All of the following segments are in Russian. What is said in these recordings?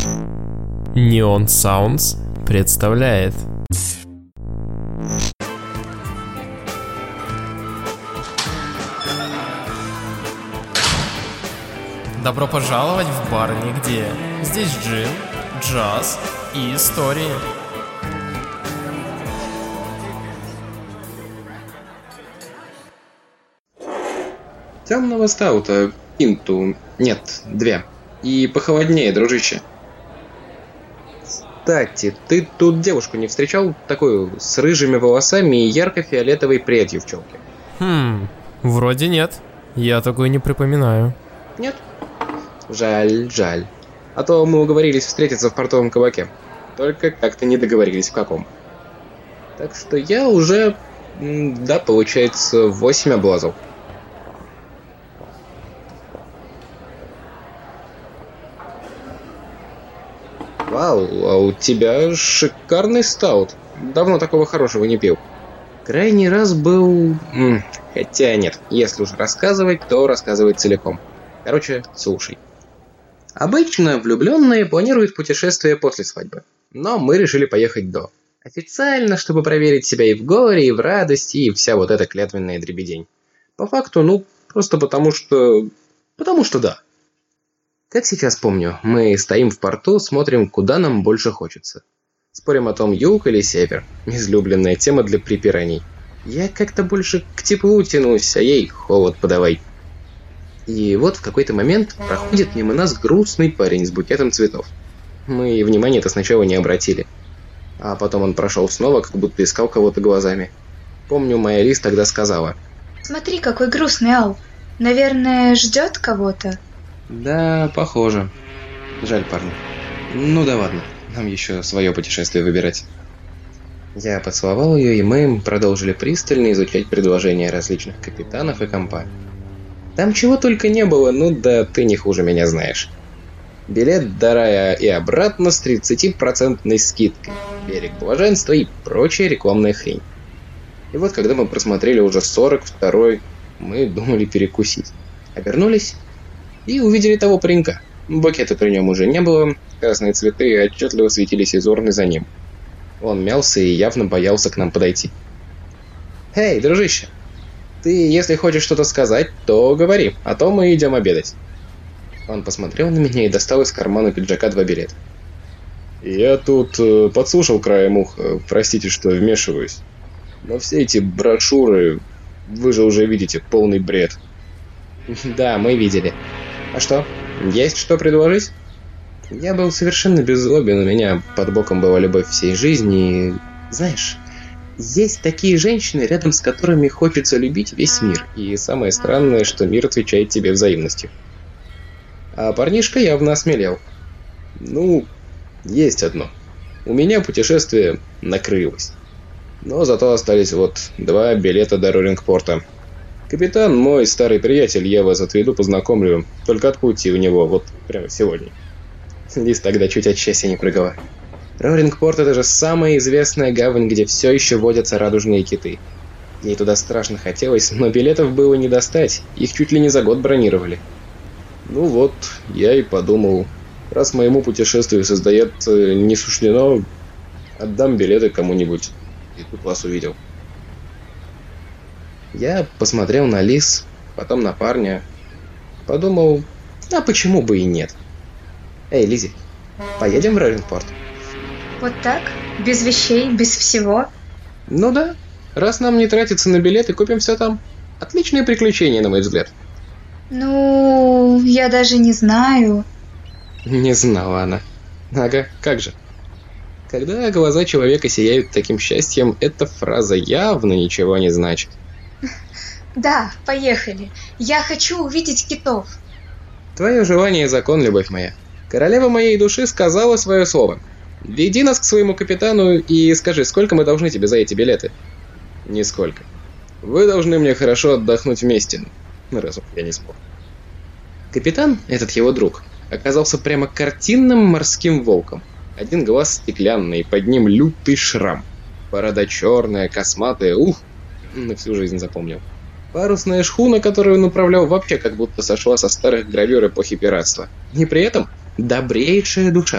Neon Sounds представляет. Добро пожаловать в бар нигде. Здесь джин, джаз и истории. Темного стаута, пинту, нет, 2. И похолоднее, дружище. Кстати, ты тут девушку не встречал? Такую, с рыжими волосами и ярко-фиолетовой прядью в челке. Вроде нет. Я такой не припоминаю. Нет? Жаль. А то мы уговорились встретиться в портовом кабаке. Только как-то не договорились в каком. Так что я уже, получается, 8 облазов. Вау, а у тебя шикарный стаут. Давно такого хорошего не пил. Крайний раз был... Хотя нет, если уж рассказывать, то рассказывать целиком. Короче, слушай. Обычно влюбленные планируют путешествие после свадьбы. Но мы решили поехать до. Официально, чтобы проверить себя и в горе, и в радости, и вся вот эта клятвенная дребедень. По факту, просто потому что... Потому что да. Как сейчас помню, мы стоим в порту, смотрим, куда нам больше хочется. Спорим о том, юг или север. Излюбленная тема для припираний. Я как-то больше к теплу тянусь, а ей холод подавай. И вот в какой-то момент проходит мимо нас грустный парень с букетом цветов. Мы внимания-то сначала не обратили. А потом он прошел снова, как будто искал кого-то глазами. Помню, моя Лиз тогда сказала: «Смотри, какой грустный Ал. Наверное, ждет кого-то». Да, похоже. Жаль, парни. Ну да ладно, нам еще свое путешествие выбирать. Я поцеловал ее, и мы продолжили пристально изучать предложения различных капитанов и компаний. Там чего только не было, да ты не хуже меня знаешь. Билет до рая и обратно с 30% скидкой, берег блаженства и прочая рекламная хрень. И вот когда мы просмотрели уже 42-й, мы думали перекусить. Обернулись и увидели того паренька. Букета при нем уже не было, красные цветы отчетливо светились из урны за ним. Он мялся и явно боялся к нам подойти. «Эй, дружище, ты, если хочешь что-то сказать, то говори, а то мы идем обедать». Он посмотрел на меня и достал из кармана пиджака 2 билета. «Я тут подслушал краем уха, простите, что вмешиваюсь. Но все эти брошюры, вы же уже видите, полный бред». «Да, мы видели. А что, есть что предложить?» Я был совершенно беззлобен, у меня под боком была любовь всей жизни, и... Знаешь, есть такие женщины, рядом с которыми хочется любить весь мир, и самое странное, что мир отвечает тебе взаимностью. А парнишка явно осмелел. Есть одно. У меня путешествие накрылось. Но зато остались 2 билета до Рорингпорта. Капитан мой старый приятель, я вас отведу, познакомлю. Только отплати у него прямо сегодня. Лиз тогда чуть от счастья не прыгала. Рорингпорт — это же самая известная гавань, где все еще водятся радужные киты. Ей туда страшно хотелось, но билетов было не достать, их чуть ли не за год бронировали. Я и подумал, раз моему путешествию создает не суждено, отдам билеты кому-нибудь. И тут вас увидел. Я посмотрел на Лиз, потом на парня. Подумал, а почему бы и нет? Эй, Лизи, поедем в Рорингпорт? Вот так? Без вещей, без всего? Ну да, раз нам не тратиться на билеты, купим все там. Отличное приключение, на мой взгляд. Я даже не знаю. Не знала она. Ага, как же. Когда глаза человека сияют таким счастьем, эта фраза явно ничего не значит. Да, поехали. Я хочу увидеть китов. Твое желание — закон, любовь моя. Королева моей души сказала свое слово. Веди нас к своему капитану и скажи, сколько мы должны тебе за эти билеты? Нисколько. Вы должны мне хорошо отдохнуть вместе. Раз я не спорю. Капитан, этот его друг, оказался прямо картинным морским волком. Один глаз стеклянный, под ним лютый шрам. Борода черная, косматая, на всю жизнь запомнил. Парусная шхуна, которую он управлял, вообще как будто сошла со старых гравюр эпохи пиратства. И при этом добрейшая душа.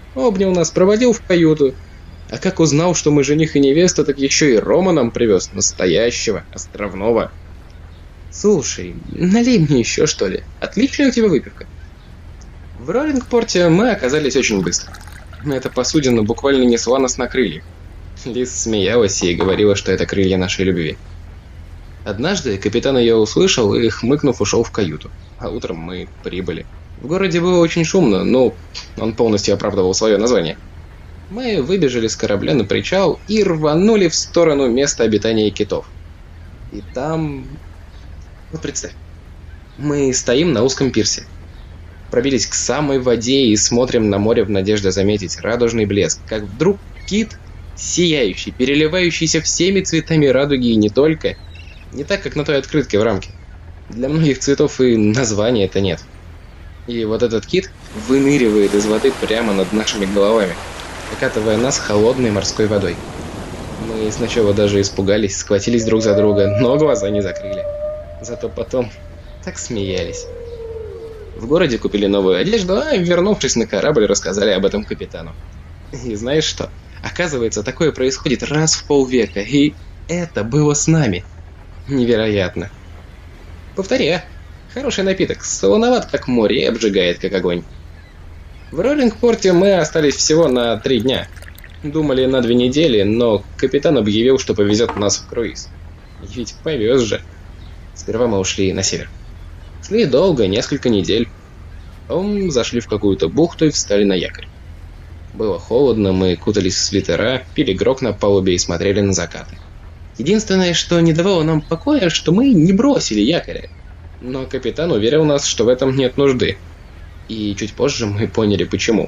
Обнял нас, проводил в каюту. А как узнал, что мы жених и невеста, так еще и Рома нам привез, настоящего, островного. Слушай, налей мне еще, что ли? Отличная у тебя выпивка. В Роллингпорте мы оказались очень быстро. Эта посудина буквально несла нас на крыльях. Лиз смеялась и говорила, что это крылья нашей любви. Однажды капитан ее услышал и, хмыкнув, ушел в каюту. А утром мы прибыли. В городе было очень шумно, но он полностью оправдывал свое название. Мы выбежали с корабля на причал и рванули в сторону места обитания китов. И там... Ну, представь, мы стоим на узком пирсе. Пробились к самой воде и смотрим на море в надежде заметить радужный блеск, как вдруг кит, сияющий, переливающийся всеми цветами радуги и не только, не так, как на той открытке в рамке. Для многих цветов и названия это нет. И вот этот кит выныривает из воды прямо над нашими головами, окатывая нас холодной морской водой. Мы сначала даже испугались, схватились друг за друга, но глаза не закрыли. Зато потом так смеялись. В городе купили новую одежду, а вернувшись на корабль, рассказали об этом капитану. И знаешь что? Оказывается, такое происходит раз в полвека, и это было с нами. Невероятно. Повторяю, хороший напиток, солоноват как море и обжигает как огонь. В Роллингпорте мы остались всего на 3 дня. Думали на 2 недели, но капитан объявил, что повезет нас в круиз. И ведь повез же. Сперва мы ушли на север. Шли долго, несколько недель. Потом зашли в какую-то бухту и встали на якорь. Было холодно, мы кутались в свитера, пили грог на палубе и смотрели на закаты. Единственное, что не давало нам покоя, что мы не бросили якоря. Но капитан уверил нас, что в этом нет нужды. И чуть позже мы поняли, почему.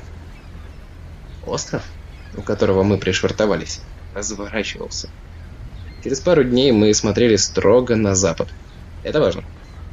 Остров, у которого мы пришвартовались, разворачивался. Через пару дней мы смотрели строго на запад. Это важно.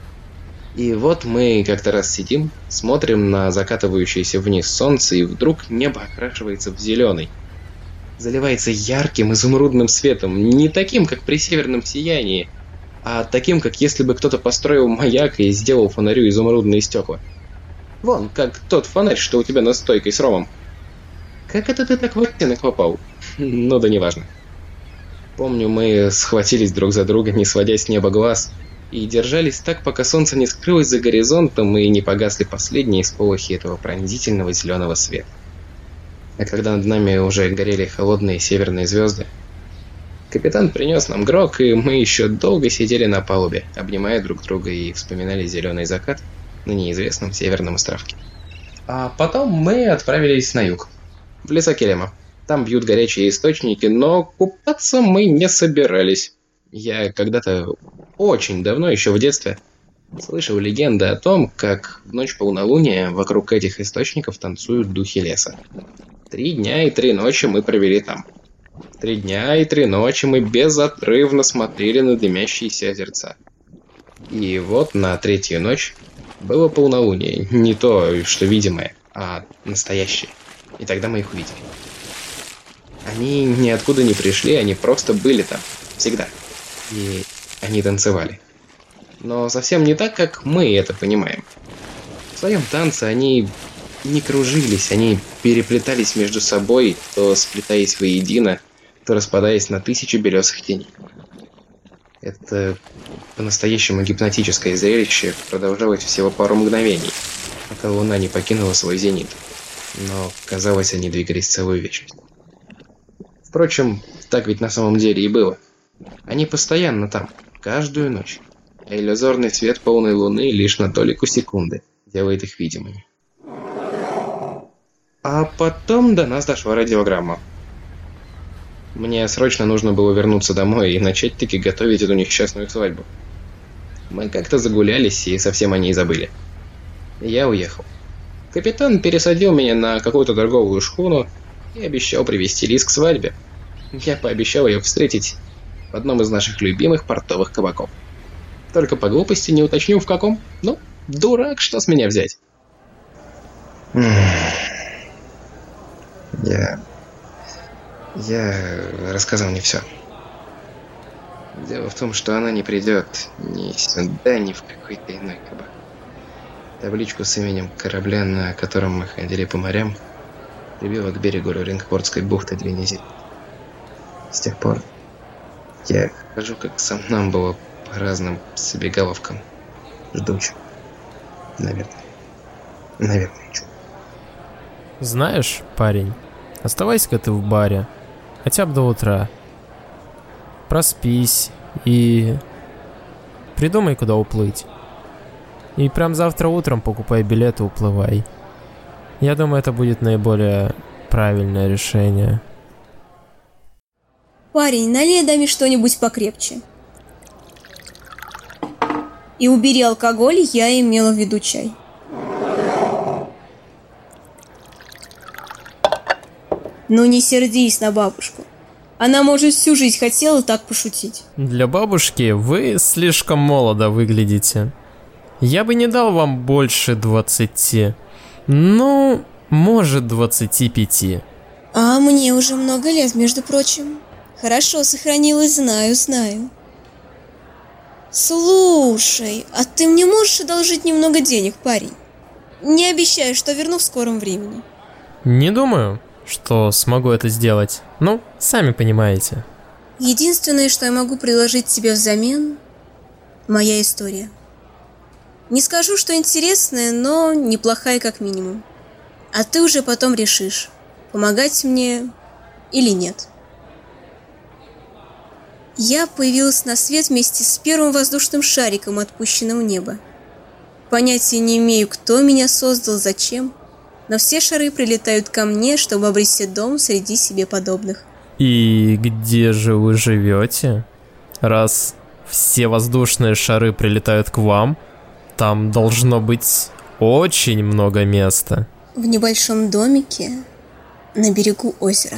И вот мы как-то раз сидим, смотрим на закатывающееся вниз солнце, и вдруг небо окрашивается в зеленый. Заливается ярким изумрудным светом, не таким, как при северном сиянии, а таким, как если бы кто-то построил маяк и сделал фонарю изумрудные стекла. Вон, как тот фонарь, что у тебя на стойке с ромом. Как это ты так в оттенок попал? Ну да неважно. Помню, мы схватились друг за друга, не сводя с неба глаз, и держались так, пока солнце не скрылось за горизонтом и не погасли последние сполохи этого пронзительного зеленого света. А когда над нами уже горели холодные северные звезды, капитан принес нам грог, и мы еще долго сидели на палубе, обнимая друг друга и вспоминали зеленый закат на неизвестном северном островке. А потом мы отправились на юг, в леса Келема. Там бьют горячие источники, но купаться мы не собирались. Я когда-то очень давно, еще в детстве, слышал легенды о том, как в ночь полнолуния вокруг этих источников танцуют духи леса. 3 дня и 3 ночи мы провели там. 3 дня и 3 ночи мы безотрывно смотрели на дымящиеся озерца. И вот на 3-ю ночь было полнолуние, не то, что видимое, а настоящее. И тогда мы их увидели. Они ниоткуда не пришли, они просто были там, всегда. И они танцевали. Но совсем не так, как мы это понимаем. В своем танце они не кружились, они переплетались между собой, то сплетаясь воедино, то распадаясь на 1000 белесых теней. Это по-настоящему гипнотическое зрелище продолжалось всего пару мгновений, пока луна не покинула свой зенит. Но, казалось, они двигались целую вечность. Впрочем, так ведь на самом деле и было. Они постоянно там, каждую ночь. А иллюзорный свет полной луны лишь на толику секунды делает их видимыми. А потом до нас дошла радиограмма. Мне срочно нужно было вернуться домой и начать-таки готовить эту несчастную свадьбу. Мы как-то загулялись и совсем о ней забыли. Я уехал. Капитан пересадил меня на какую-то торговую шхуну и обещал привезти Лиз к свадьбе. Я пообещал ее встретить в одном из наших любимых портовых кабаков. Только по глупости не уточню в каком. Ну, дурак, что с меня взять? Я рассказал не все. Дело в том, что она не придет ни сюда, ни в какой-то иной кабак. Табличку с именем корабля, на котором мы ходили по морям, прибила к берегу Роринхпортской бухты 2 недели. С тех пор я хожу как сомнамбула по разным забегаловкам. Жду чего. Наверное, чего. Знаешь, парень, оставайся-ка ты в баре. Хотя бы до утра. Проспись и придумай, куда уплыть. И прям завтра утром покупай билет и уплывай. Я думаю, это будет наиболее правильное решение. Парень, налей даме что-нибудь покрепче. И убери алкоголь, я имела в виду чай. Ну не сердись на бабушку. Она, может, всю жизнь хотела так пошутить. Для бабушки вы слишком молодо выглядите. Я бы не дал вам больше 20. Ну, может, 25. А мне уже много лет, между прочим. Хорошо сохранилась, знаю. Слушай, а ты мне можешь одолжить немного денег, парень? Не обещаю, что верну в скором времени. Не думаю, что смогу это сделать. Ну, сами понимаете. Единственное, что я могу предложить тебе взамен – моя история. Не скажу, что интересная, но неплохая как минимум. А ты уже потом решишь, помогать мне или нет. Я появилась на свет вместе с первым воздушным шариком, отпущенным в небо. Понятия не имею, кто меня создал, зачем, но все шары прилетают ко мне, чтобы обрести дом среди себе подобных. И где же вы живете? Раз все воздушные шары прилетают к вам, там должно быть очень много места. В небольшом домике на берегу озера.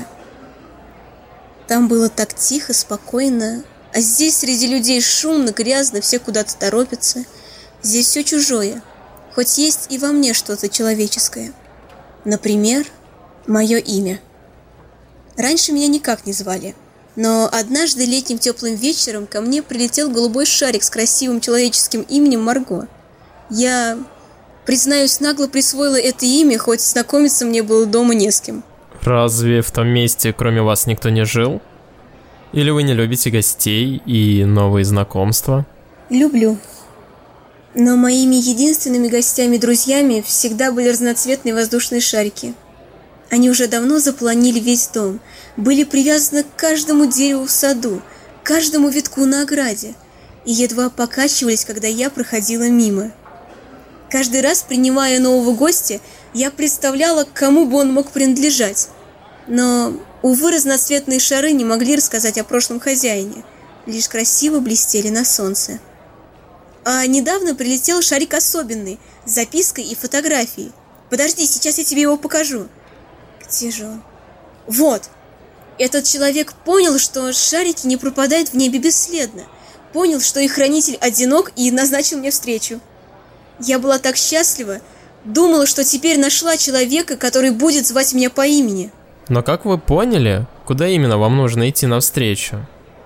Там было так тихо, спокойно, а здесь среди людей шумно, грязно, все куда-то торопятся. Здесь все чужое, хоть есть и во мне что-то человеческое. Например, мое имя. Раньше меня никак не звали, но однажды летним теплым вечером ко мне прилетел голубой шарик с красивым человеческим именем Марго. Я, признаюсь, нагло присвоила это имя, хоть знакомиться мне было дома не с кем. Разве в том месте кроме вас никто не жил? Или вы не любите гостей и новые знакомства? Люблю. Но моими единственными гостями-друзьями всегда были разноцветные воздушные шарики. Они уже давно заполонили весь дом, были привязаны к каждому дереву в саду, к каждому витку на ограде и едва покачивались, когда я проходила мимо. Каждый раз, принимая нового гостя, я представляла, к кому бы он мог принадлежать. Но, увы, разноцветные шары не могли рассказать о прошлом хозяине, лишь красиво блестели на солнце. А недавно прилетел шарик особенный, с запиской и фотографией. Подожди, сейчас я тебе его покажу. Где же он? Вот! Этот человек понял, что шарики не пропадают в небе бесследно. Понял, что их хранитель одинок, и назначил мне встречу. Я была так счастлива, думала, что теперь нашла человека, который будет звать меня по имени. Но как вы поняли, куда именно вам нужно идти навстречу?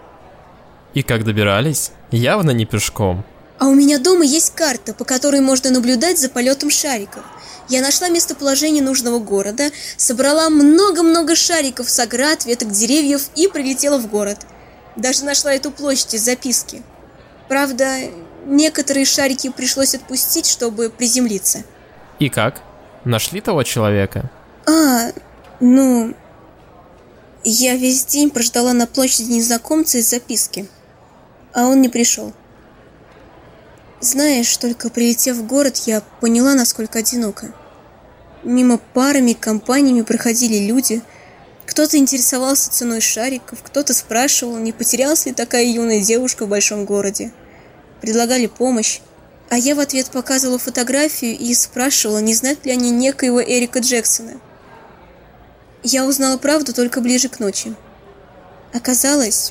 И как добирались? Явно не пешком. А у меня дома есть карта, по которой можно наблюдать за полетом шариков. Я нашла местоположение нужного города, собрала много-много шариков с оград, веток деревьев и прилетела в город. Даже нашла эту площадь из записки. Правда, некоторые шарики пришлось отпустить, чтобы приземлиться. И как? Нашли того человека? Я весь день прождала на площади незнакомца из записки, а он не пришел. Знаешь, только прилетев в город, я поняла, насколько одиноко. Мимо парами, компаниями проходили люди. Кто-то интересовался ценой шариков, кто-то спрашивал, не потерялась ли такая юная девушка в большом городе. Предлагали помощь, а я в ответ показывала фотографию и спрашивала, не знают ли они некоего Эрика Джексона. Я узнала правду только ближе к ночи. Оказалось,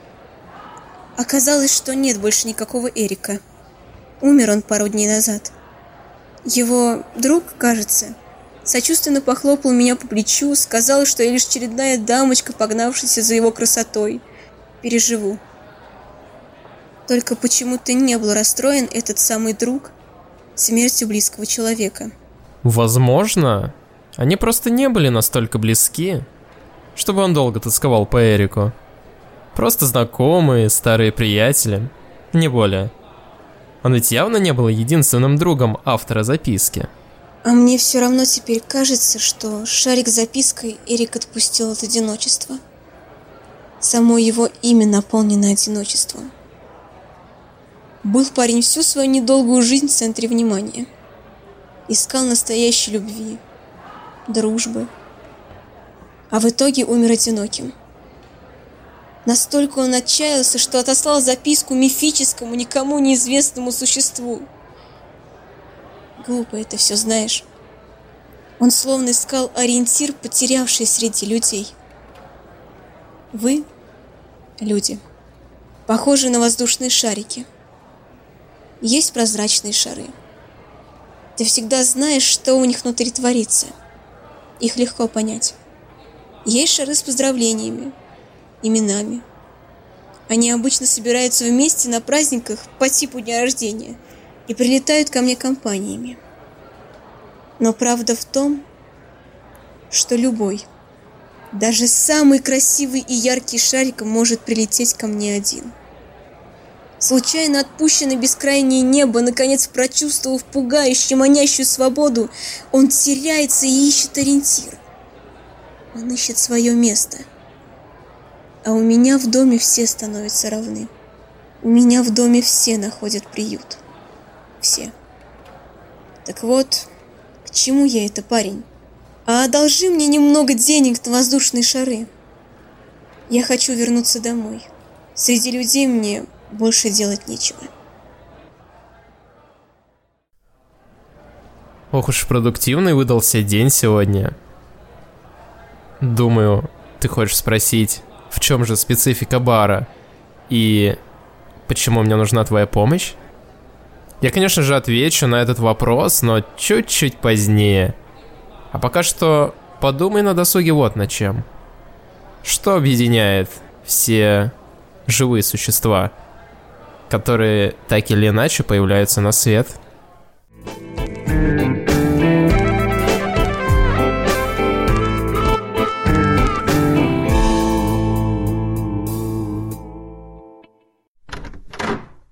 что нет больше никакого Эрика. Умер он пару дней назад. Его друг, кажется, сочувственно похлопал меня по плечу, сказал, что я лишь очередная дамочка, погнавшаяся за его красотой. Переживу. Только почему-то не был расстроен этот самый друг смертью близкого человека. Возможно, Они просто не были настолько близки, чтобы он долго тосковал по Эрику. Просто знакомые, старые приятели, не более. Он ведь явно не был единственным другом автора записки. А мне все равно теперь кажется, что шарик с запиской Эрик отпустил от одиночества. Само его имя наполнено одиночеством. Был парень всю свою недолгую жизнь в центре внимания. Искал настоящей любви, дружбы. А в итоге умер одиноким. Настолько он отчаялся, что отослал записку мифическому, никому неизвестному существу. Глупо это все, знаешь. Он словно искал ориентир, потерявший среди людей. Вы, люди, похожи на воздушные шарики. Есть прозрачные шары. Ты всегда знаешь, что у них внутри творится. Их легко понять. Есть шары с поздравлениями, именами. Они обычно собираются вместе на праздниках по типу дня рождения и прилетают ко мне компаниями. Но правда в том, что любой, даже самый красивый и яркий шарик может прилететь ко мне один. Случайно отпущенное бескрайнее небо, наконец прочувствовав пугающую, манящую свободу, он теряется и ищет ориентир. Он ищет свое место. А у меня в доме все становятся равны. У меня в доме все находят приют. Все. Так вот, к чему я это, парень? А одолжи мне немного денег на воздушные шары. Я хочу вернуться домой. Среди людей мне больше делать нечего. Ох уж продуктивный выдался день сегодня. Думаю, ты хочешь спросить, в чем же специфика бара и почему мне нужна твоя помощь? Я, конечно же, отвечу на этот вопрос, но чуть-чуть позднее. А пока что подумай на досуге вот над чем. Что объединяет все живые существа, которые так или иначе появляются на свет?